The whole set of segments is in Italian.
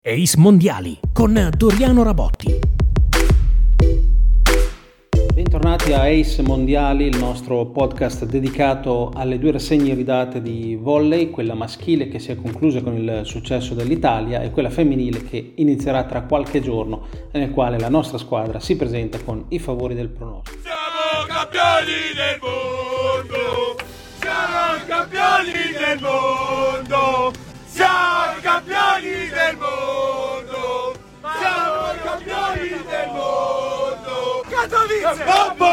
Ace Mondiali con Doriano Rabotti. Bentornati a Ace Mondiali, il nostro podcast dedicato alle due rassegne iridate di volley, quella maschile che si è conclusa con il successo dell'Italia e quella femminile che inizierà tra qualche giorno e nel quale la nostra squadra si presenta con i favori del pronostico. Siamo campioni del mondo! Siamo campioni del mondo! Siamo campioni del mondo! Siamo campioni del mondo! Katowice!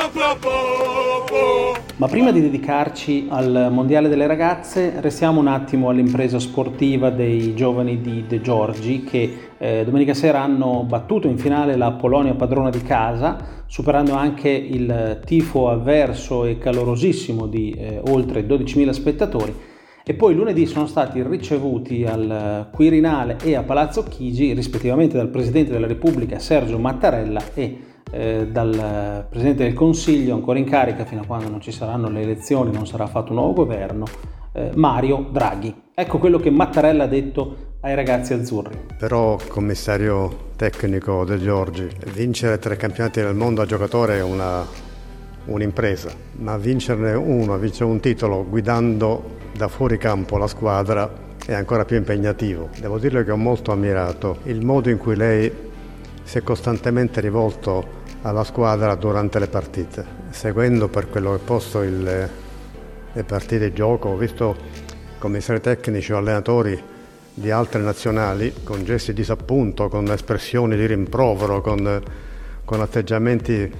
Ma prima di dedicarci al Mondiale delle ragazze, restiamo un attimo all'impresa sportiva dei giovani di De Giorgi che domenica sera hanno battuto in finale la Polonia padrona di casa, superando anche il tifo avverso e calorosissimo di oltre 12.000 spettatori. E poi lunedì sono stati ricevuti al Quirinale e a Palazzo Chigi rispettivamente dal Presidente della Repubblica Sergio Mattarella e dal Presidente del Consiglio, ancora in carica fino a quando non ci saranno le elezioni, non sarà fatto un nuovo governo, Mario Draghi. Ecco quello che Mattarella ha detto ai ragazzi azzurri. Però, commissario tecnico De Giorgi, vincere 3 campionati del mondo a giocatore è un'impresa, ma vincere un titolo guidando da fuori campo la squadra è ancora più impegnativo. Devo dirle che ho molto ammirato il modo in cui lei si è costantemente rivolto alla squadra durante le partite, seguendo per quello che posso le partite di gioco. Ho visto commissari tecnici o allenatori di altre nazionali con gesti di disappunto, con espressioni di rimprovero, con atteggiamenti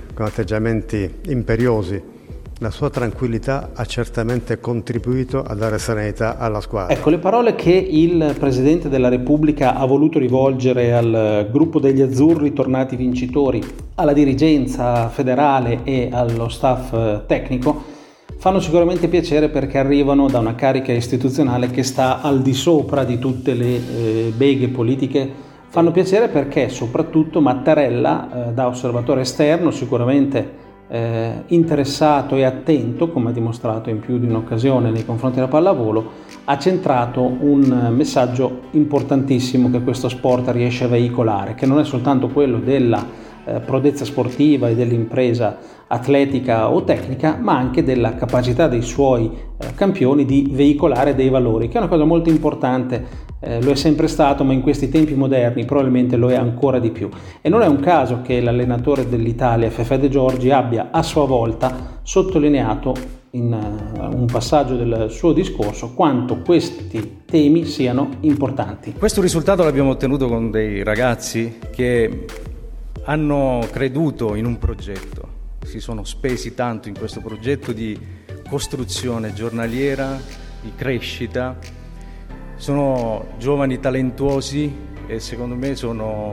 imperiosi. La sua tranquillità ha certamente contribuito a dare serenità alla squadra. Ecco le parole che il Presidente della Repubblica ha voluto rivolgere al gruppo degli azzurri tornati vincitori, alla dirigenza federale e allo staff tecnico, fanno sicuramente piacere perché arrivano da una carica istituzionale che sta al di sopra di tutte le beghe politiche. Fanno piacere perché soprattutto Mattarella, da osservatore esterno, sicuramente interessato e attento, come ha dimostrato in più di un'occasione nei confronti della pallavolo, ha centrato un messaggio importantissimo che questo sport riesce a veicolare, che non è soltanto quello della prodezza sportiva e dell'impresa atletica o tecnica, ma anche della capacità dei suoi campioni di veicolare dei valori, che è una cosa molto importante. Lo è sempre stato, ma in questi tempi moderni probabilmente lo è ancora di più. E non è un caso che l'allenatore dell'Italia, Fefè De Giorgi, abbia a sua volta sottolineato in un passaggio del suo discorso quanto questi temi siano importanti. Questo risultato l'abbiamo ottenuto con dei ragazzi che hanno creduto in un progetto, si sono spesi tanto in questo progetto di costruzione giornaliera, di crescita. Sono giovani talentuosi e secondo me sono,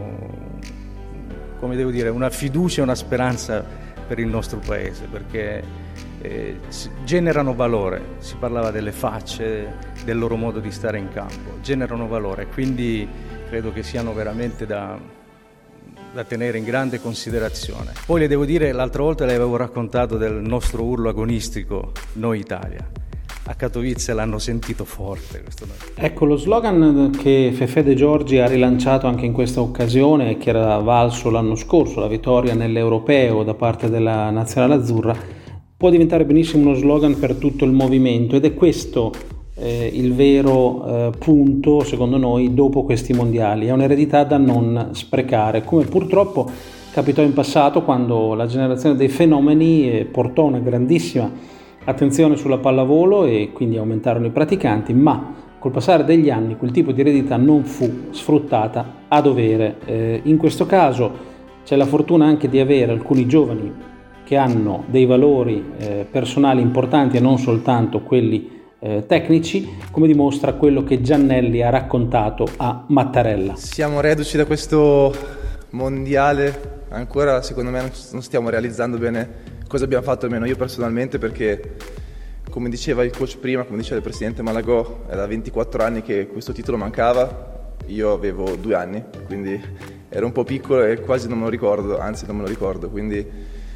come devo dire, una fiducia e una speranza per il nostro paese, perché generano valore. Si parlava delle facce, del loro modo di stare in campo, generano valore, quindi credo che siano veramente da tenere in grande considerazione. Poi le devo dire, l'altra volta le avevo raccontato del nostro urlo agonistico Noi Italia. A Katowice l'hanno sentito forte questo. Ecco, lo slogan che Fefè De Giorgi ha rilanciato anche in questa occasione e che era valso l'anno scorso, la vittoria nell'Europeo da parte della Nazionale Azzurra, può diventare benissimo uno slogan per tutto il movimento, ed è questo il vero punto, secondo noi, dopo questi mondiali. È un'eredità da non sprecare, come purtroppo capitò in passato quando la generazione dei fenomeni portò una grandissima attenzione sulla pallavolo e quindi aumentarono i praticanti, ma col passare degli anni quel tipo di eredità non fu sfruttata a dovere. In questo caso c'è la fortuna anche di avere alcuni giovani che hanno dei valori personali importanti e non soltanto quelli tecnici, come dimostra quello che Giannelli ha raccontato a Mattarella. Siamo reduci da questo mondiale, ancora secondo me non stiamo realizzando bene cosa abbiamo fatto, almeno io personalmente, perché come diceva il coach prima, come diceva il presidente Malagò, è da 24 anni che questo titolo mancava, io avevo 2 anni, quindi ero un po' piccolo e quasi non me lo ricordo, quindi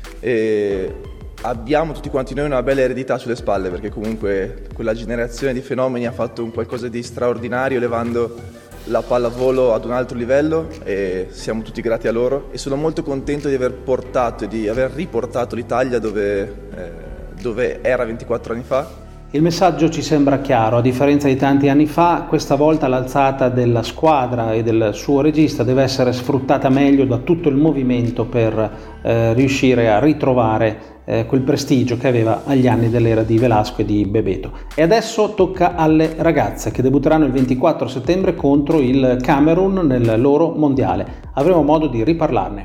abbiamo tutti quanti noi una bella eredità sulle spalle, perché comunque quella generazione di fenomeni ha fatto un qualcosa di straordinario, elevando la pallavolo ad un altro livello e siamo tutti grati a loro, e sono molto contento di aver portato e di aver riportato l'Italia dove era 24 anni fa. Il messaggio ci sembra chiaro: a differenza di tanti anni fa, questa volta l'alzata della squadra e del suo regista deve essere sfruttata meglio da tutto il movimento per riuscire a ritrovare quel prestigio che aveva agli anni dell'era di Velasco e di Bebeto. E adesso tocca alle ragazze, che debutteranno il 24 settembre contro il Camerun nel loro mondiale. Avremo modo di riparlarne.